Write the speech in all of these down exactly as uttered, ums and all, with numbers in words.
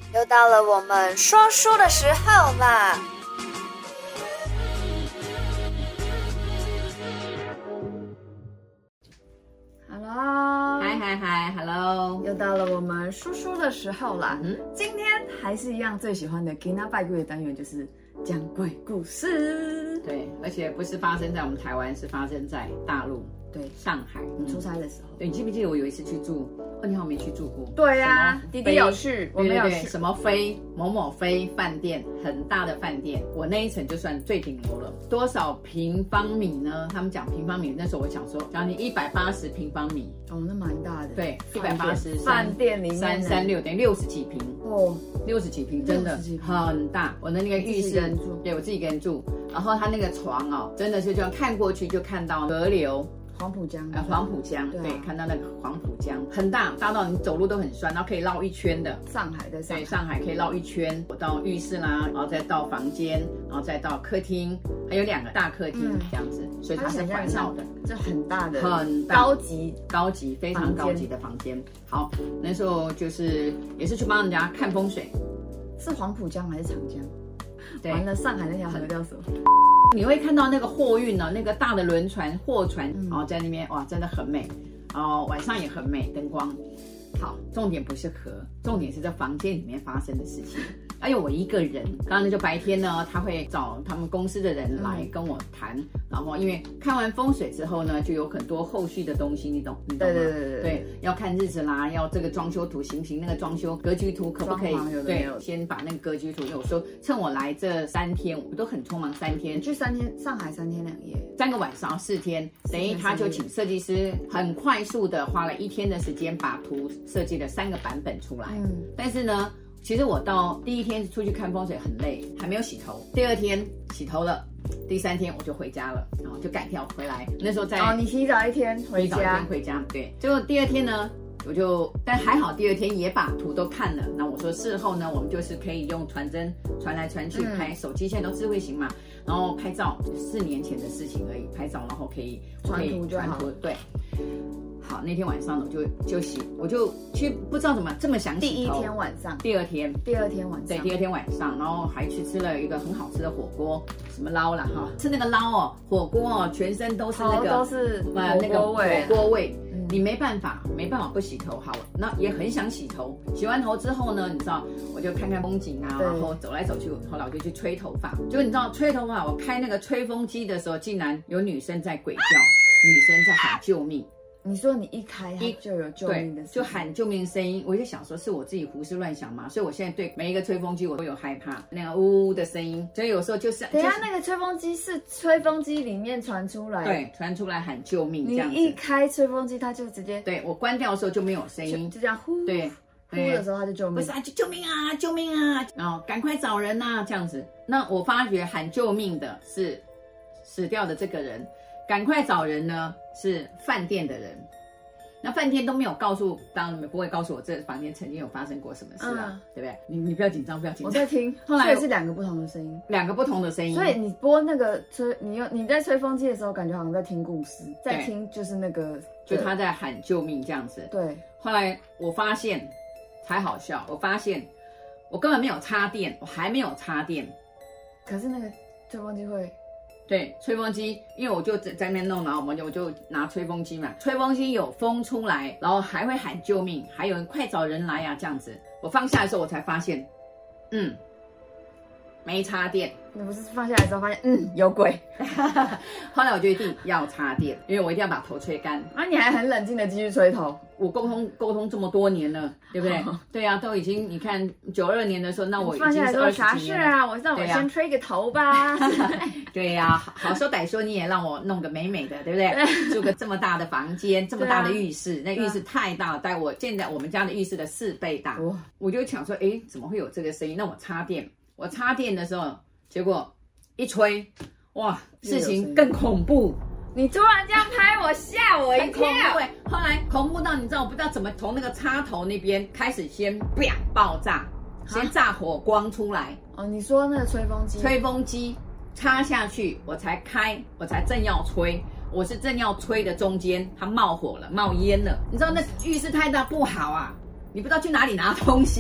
又到了我们说书的时候啦。Hello， 嗨嗨嗨 ，Hello， 又到了我们说书的时候啦。嗯，今天还是一样最喜欢的给那拜鬼的单元，就是讲鬼故事。 对，而且不是发生在我们台湾，是发生在大陆。对，上海、 嗯、出差的时候， 对，你记不记得我有一次去住？哦，你好像没去住过。 对呀、啊，弟弟有去，我没有去。 对对对，什么飞某某飞饭店，很大的饭店，我那一层就算最顶楼了。多少平方米呢？他们讲平方米，那时候我想说，将近一百八十平方米。 哦，那蛮大的。 对，一百八十饭店里面三三六等于六十几平。哦，六十几平，真的很大。我的那个浴室，对我自己一个人住，然后他那个床哦，真的是这样看过去就看到河流。 黄浦江， 呃，黄浦江，对，对，看到那个黄浦江很大，大到你走路都很酸，然后可以绕一圈的。 上海的， 对，上海可以绕一圈，我到浴室啦，然后再到房间，然后再到客厅，还有两个大客厅、嗯、这样子，所以它是环绕的， 这很大的， 很大高级、 高级、非常高级的房间。好，那时候就是也是去帮人家看风水， 是黄浦江还是长江？对，完了，上海那条河叫什么？ 你会看到那个货运呢，那个大的轮船、货船，然后在那边哇，真的很美，然后晚上也很美，灯光好。重点不是河，重点是在房间里面发生的事情。还有我一个人，刚刚就白天呢，他会找他们公司的人来跟我谈，嗯、然后因为看完风水之后呢，就有很多后续的东西，你懂？你懂吗？对对对对对，要看日子啦，要这个装修图行不行，那个装修格局图可不可以？对，先把那个格局图，因为我说趁我来这三天，我都很匆忙，三天， 你去三天，上海三天两夜， 三个晚上四天，等于他就请设计师很快速的花了一天的时间把图设计了三个版本出来。嗯，但是呢。其实我到第一天出去看风水很累，还没有洗头。第二天洗头了，第三天我就回家了，然后就赶跳回来。那时候在哦，你提早一天回家， 提早一天回家，对。结果第二天呢，我就但还好，第二天也把图都看了。那我说事后呢，我们就是可以用传真传来传去拍，嗯、手机现在都智慧型嘛，然后拍照，四年前的事情而已，拍照然后可以传图就好， 对。好，那天晚上呢，我就就洗，我就去不知道怎么这么想洗头。 第一天晚上， 第二天， 第二天晚上， 对，第二天晚上，然后还去吃了一个很好吃的火锅，什么捞啦哈，吃那个捞哦，火锅哦，全身都是那个都是呃那个火锅味，嗯、你没办法，没办法不洗头。好，那也很想洗头，洗完头之后呢，你知道，我就看看风景啊，然后走来走去，后来我就去吹头发。结果你知道，吹头发，我开那个吹风机的时候，竟然有女生在鬼叫，女生在喊救命。 你说你一开它就有救命的声音， 就喊救命声音，我就想说是我自己胡思乱想嘛，所以我现在对每一个吹风机我都有害怕，那个呜呜的声音，所以有时候就是等一下、就是、那个吹风机是吹风机里面传出来， 对，传出来喊救命这样子。 你一开吹风机它就直接， 对我关掉的时候就没有声音， 就这样呼， 对， 呼的时候它就救命， 不是啊，就救命啊，救命啊，然后赶快找人啊这样子。那我发觉喊救命的是死掉的这个人，赶快找人呢是饭店的人。那饭店都没有告诉，当然你们不会告诉我这房间曾经有发生过什么事啊，嗯、对不对？你你不要紧张，不要紧张。 我在听，后来是两个不同的声音， 两个不同的声音。 所以你播那个吹，你用你在吹风机的时候，感觉好像在听故事，在听就是那个， 就他在喊救命这样子。 对。 后来我发现才好笑，我发现我根本没有插电，我还没有插电， 可是那个吹风机会。 对，吹风机，因为我就在那边弄，然后我们就我就拿吹风机嘛，吹风机有风出来，然后还会喊救命，还有人快找人来啊，这样子。我放下的时候，我才发现，嗯，没插电。 你不是放下来之后发现，嗯，有鬼。 后来我就一定要插电，因为我一定要把头吹干。 啊，你还很冷静的继续吹头。 我沟通沟通这么多年了，对不对？对啊，都已经你看九二年的时候，那我已经是二十几年了。 啊，我让我先吹个头吧。 对呀、啊，好说歹说，你也让我弄个美美的，对不对？住个这么大的房间，这么大的浴室，那浴室太大了，在我现在我们家的浴室的四倍大。我就想说，哎，怎么会有这个声音？那我插电，我插电的时候。结果一吹，哇，事情更恐怖。 你突然这样拍我，吓我一跳。 后来恐怖到你知道，我不知道怎么从那个插头那边开始先啪爆炸，先炸火光出来。 哦，你说那个吹风机？ 吹风机插下去，我才开，我才正要吹，我是正要吹的中间，它冒火了，冒烟了。你知道那浴室太大不好啊，你不知道去哪里拿东西。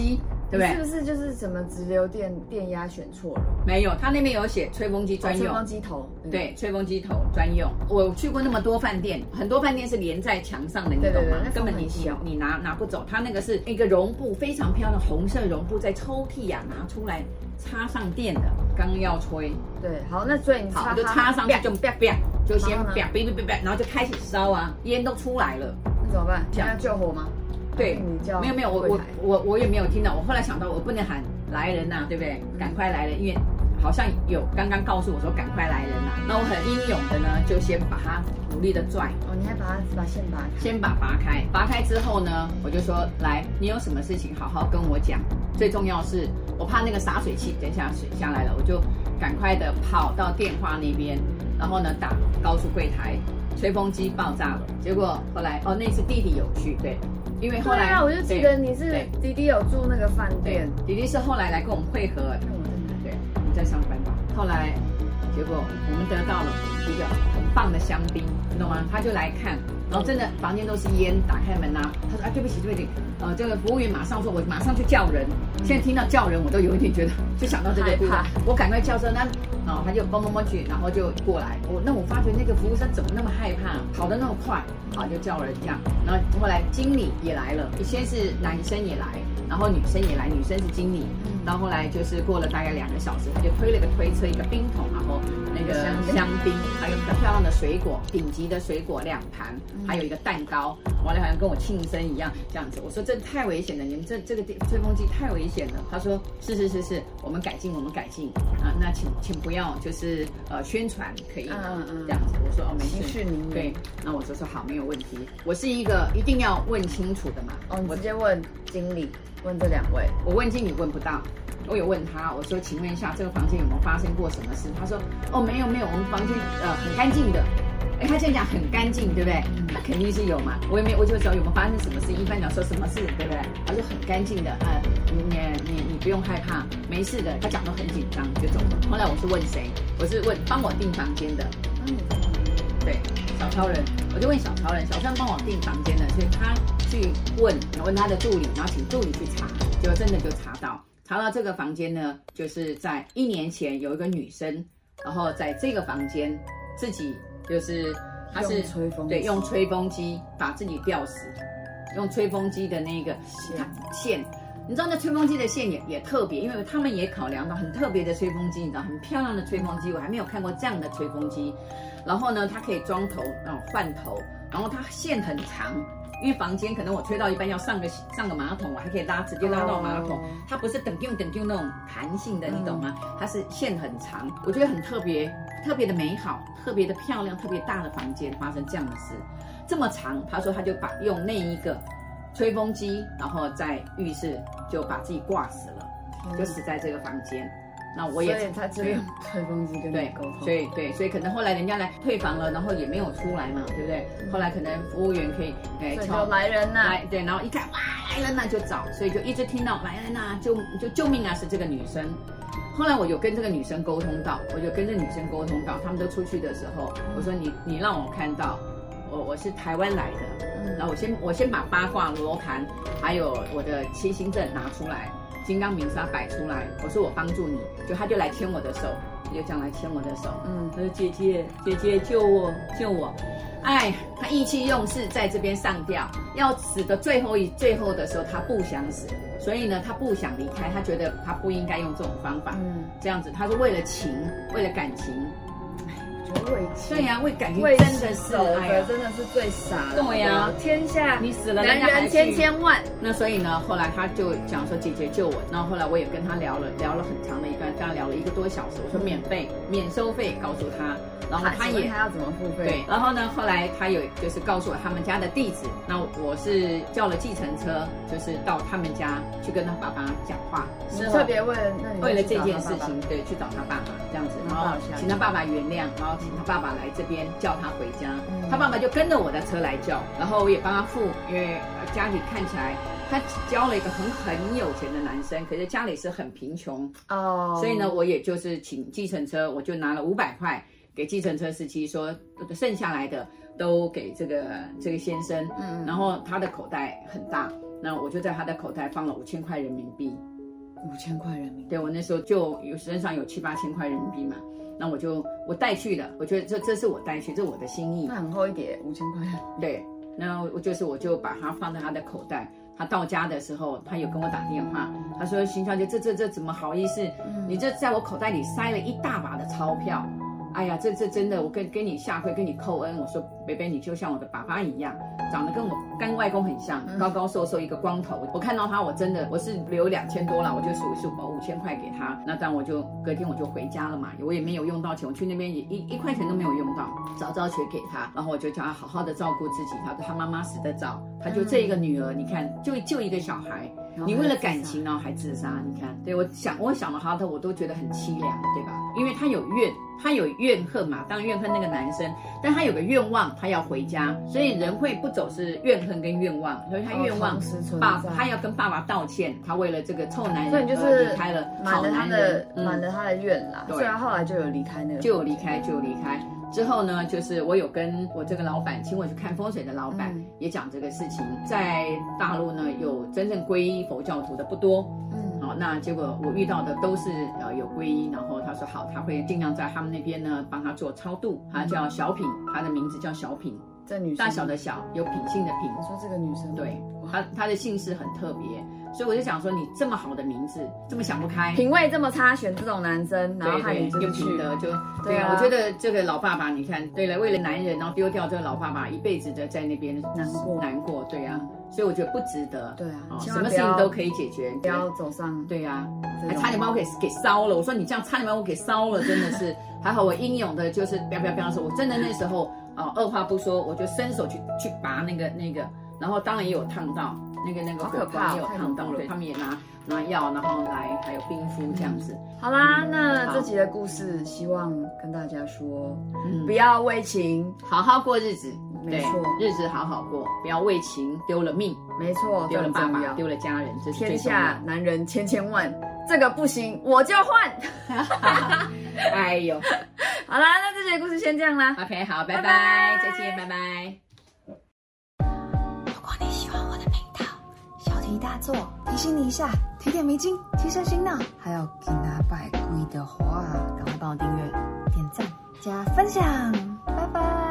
对不对？ 是不是就是什么直流电电压选错了？ 没有，他那边有写吹风机专用， 哦、吹风机头， 对，吹风机头专用。我去过那么多饭店，很多饭店是连在墙上的，你懂吗？根本你你拿拿不走。它那个是一个绒布，非常漂亮，红色绒布在抽屉啊拿出来插上电的，刚要吹。 对，好，那所以你插就插上去就啪啪，就先啪啪啪啪啪，然后就开始烧啊，烟都出来了。 那怎么办？要救火吗？ 对，没有没有，我我我我也没有听到。我后来想到，我不能喊来人呐、啊，对不对？赶快来人，因为好像有刚刚告诉我说赶快来人呐、啊。那我很英勇的呢，就先把它努力的拽。 哦，你还把它把线拔开？ 先把拔开，拔开之后呢，我就说来，你有什么事情好好跟我讲。最重要是我怕那个洒水器等一下水下来了，我就赶快的跑到电话那边，然后呢打告诉柜台，吹风机爆炸了。结果后来哦，那次弟弟有去，对。因为后来， 对啊，我就记得你是弟弟有住那个饭店， 弟弟是后来来跟我们会合，对，我们在上班吧。后来，结果我们得到了一个很棒的香槟，你懂吗？他就来看，然后真的房间都是烟，打开门啊，他说啊对不起对不起，呃这个服务员马上说，我马上去叫人。现在听到叫人，我都有一点觉得，就想到这个怕，我赶快叫声，那哦他就嘣嘣嘣去，然后就过来。我那我发觉那个服务生怎么那么害怕，跑得那么快。好，就叫人这样，然后后来经理也来了，先是男生也来，然后女生也来，女生是经理，然后后来就是过了大概两个小时，他就推了个推车，一个冰桶，然后那个香槟，还有一个漂亮的水果，顶级的水果两盘，还有一个蛋糕，完了好像跟我庆生一样这样子。我说这太危险了，你们这这个吹风机太危险了。他说是是是是，我们改进我们改进啊，那请请不要就是呃宣传可以吗？嗯嗯这样子。我说哦没事，对，那我就说好没有问题。我是一个一定要问清楚的嘛。 哦，你直接问经理，问这两位。 我问经理问不到，我有问他，我说请问一下这个房间有没有发生过什么事？他说哦没有没有，我们房间呃很干净的。哎，他这样讲很干净，对不对？那肯定是有嘛。我也没有，我就说有没有发生什么事？一般讲说什么事，对不对？他说很干净的，呃，你你你你不用害怕，没事的。他讲得很紧张就走了。后来我是问谁？我是问帮我订房间的。嗯，对，小超人，我就问小超人，小超人帮我订房间的，所以他去问，问他的助理，然后请助理去查，结果真的就查到，查到这个房间呢，就是在一年前有一个女生，然后在这个房间自己。就是他是吹风对用吹风机把自己吊死，用吹风机的那个线线，你知道那吹风机的线也也特别，因为他们也考量到很特别的吹风机，你知道很漂亮的吹风机，我还没有看过这样的吹风机。然后呢，它可以装头，然后换头，然后它线很长。因为房间可能我吹到一半要上个上个马桶，我还可以拉直接拉到马桶，它不是等丢等丢那种弹性的，你懂吗？它是线很长，我觉得很特别，特别的美好，特别的漂亮，特别大的房间发生这样的事，这么长，他说他就把用那一个吹风机，然后在浴室就把自己挂死了，就死在这个房间。那我也， 所以他就用吹风机跟你沟通， 所以对，所以可能后来人家来退房了，然后也没有出来嘛，对不对？后来可能服务员可以哎敲来人呐、啊， 来对，然后一看哇来人呐、啊、就找，所以就一直听到来人呐、啊、救就救命啊是这个女生。后来我有跟这个女生沟通到，我就跟这女生沟通到，他们都出去的时候，我说你你让我看到我我是台湾来的，然后我先我先把八卦罗盘还有我的七星阵拿出来。金刚明砂摆出来，我说我帮助你，就他就来牵我的手，就这样来牵我的手，嗯，他说姐姐姐姐救我救我，哎，他意气用事在这边上吊，要死的最后一最后的时候他不想死，所以呢他不想离开，他觉得他不应该用这种方法，嗯，这样子，他说为了情，为了感情。 为情对呀、啊，为感情真的是， 哎呀，真的是最傻的。 对呀、啊， 天下你死了， 男人千千万。 那所以呢，后来他就讲说姐姐救我。然后后来我也跟他聊了，聊了很长的一段，跟他聊了一个多小时。我说免费、嗯、免收费，告诉他。然后他也他要怎么付费？ 对。然后呢，后来他有就是告诉我他们家的地址。那我是叫了计程车，就是到他们家去跟他爸爸讲话。 是特别为了那为了这件事情，对，去找他爸爸这样子，然后请他爸爸原谅，然后请他爸爸来这边叫他回家。嗯、他爸爸就跟着我的车来叫，然后我也帮他付，因为家里看起来他交了一个很很有钱的男生，可是家里是很贫穷哦，所以呢，我也就是请计程车，我就拿了五百块给计程车司机说，剩下来的都给这个这个先生，嗯，然后他的口袋很大，那我就在他的口袋放了五千块人民币。 千块人民币。 对，我那时候就有身上有七八千块人民币嘛，那我就我带去的，我觉得这这是我带去，这是我的心意。 那很厚一叠，五千块。 对，那我就是我就把它放在他的口袋。他到家的时候，他有跟我打电话，他说：“邢小姐，这这这怎么好意思？你这在我口袋里塞了一大把的钞票。”哎呀，这这真的，我跟跟你下跪，跟你叩恩。我说，贝贝，你就像我的爸爸一样，长得跟我干外公很像，高高瘦瘦，一个光头。我看到他，我真的我是留两千多了，我就数一数，把五千块给他。那这样我就隔天我就回家了嘛，我也没有用到钱，我去那边也一一块钱都没有用到，早早学给他，然后我就叫他好好的照顾自己。他他妈妈死得早，他就这一个女儿，你看就就一个小孩。你为了感情呢还自杀，你看，对我想我想到他的我都觉得很凄凉，对吧？因为他有怨，他有怨恨嘛，当然怨恨那个男生，但他有个愿望，他要回家，所以人会不走是怨恨跟愿望，所以他愿望爸，他要跟爸爸道歉，他为了这个臭男人， 所以就是离开了满了他的满了他的愿啦， 对， 所以他后来就有离开那个， 就有离开，就有离开。之后呢，就是我有跟我这个老板，请我去看风水的老板，嗯、也讲这个事情。在大陆呢，有真正皈依佛教徒的不多，嗯，好、哦，那结果我遇到的都是呃有皈依，然后他说好，他会尽量在他们那边呢帮他做超度，他叫小品，他的名字叫小品， 这女生大小的小，有品性的品。 你说这个女生， 对，她她的姓氏很特别。所以我就想说，你这么好的名字，这么想不开， 品味这么差，选这种男生，然后害你就去的，就对啊。我觉得这个老爸爸，你看，对了，为了男人，然后丢掉这个老爸爸，一辈子的在那边难过难过，对啊。所以我觉得不值得。 对啊， 哦、什么事情都可以解决， 不要走上。 对啊，还差点把我给给烧了。我说你这样差点把我给烧了，真的是还好我英勇的，就是不要不要不要说，我真的那时候啊、呃，二话不说，我就伸手去去拔那个那个，然后当然也有烫到。那个那个火光也有烫到了，他们也拿拿药，然后来还有冰敷这样子。 好啦，那这集的故事希望跟大家说，嗯、不要为情， 好好过日子。 没错， 日子好好过，不要为情丢了命。 没错， 丢了爸爸，丢了家人，这是天下男人千千万，这个不行我就换。 哎呦， 好啦，那这集的故事先这样啦。 OK， 好，拜拜，再见，拜拜。 小题大做，提醒你一下，提点迷津，提升心脑。还有给拿百贵的话，赶快帮我订阅、点赞、加分享，拜拜。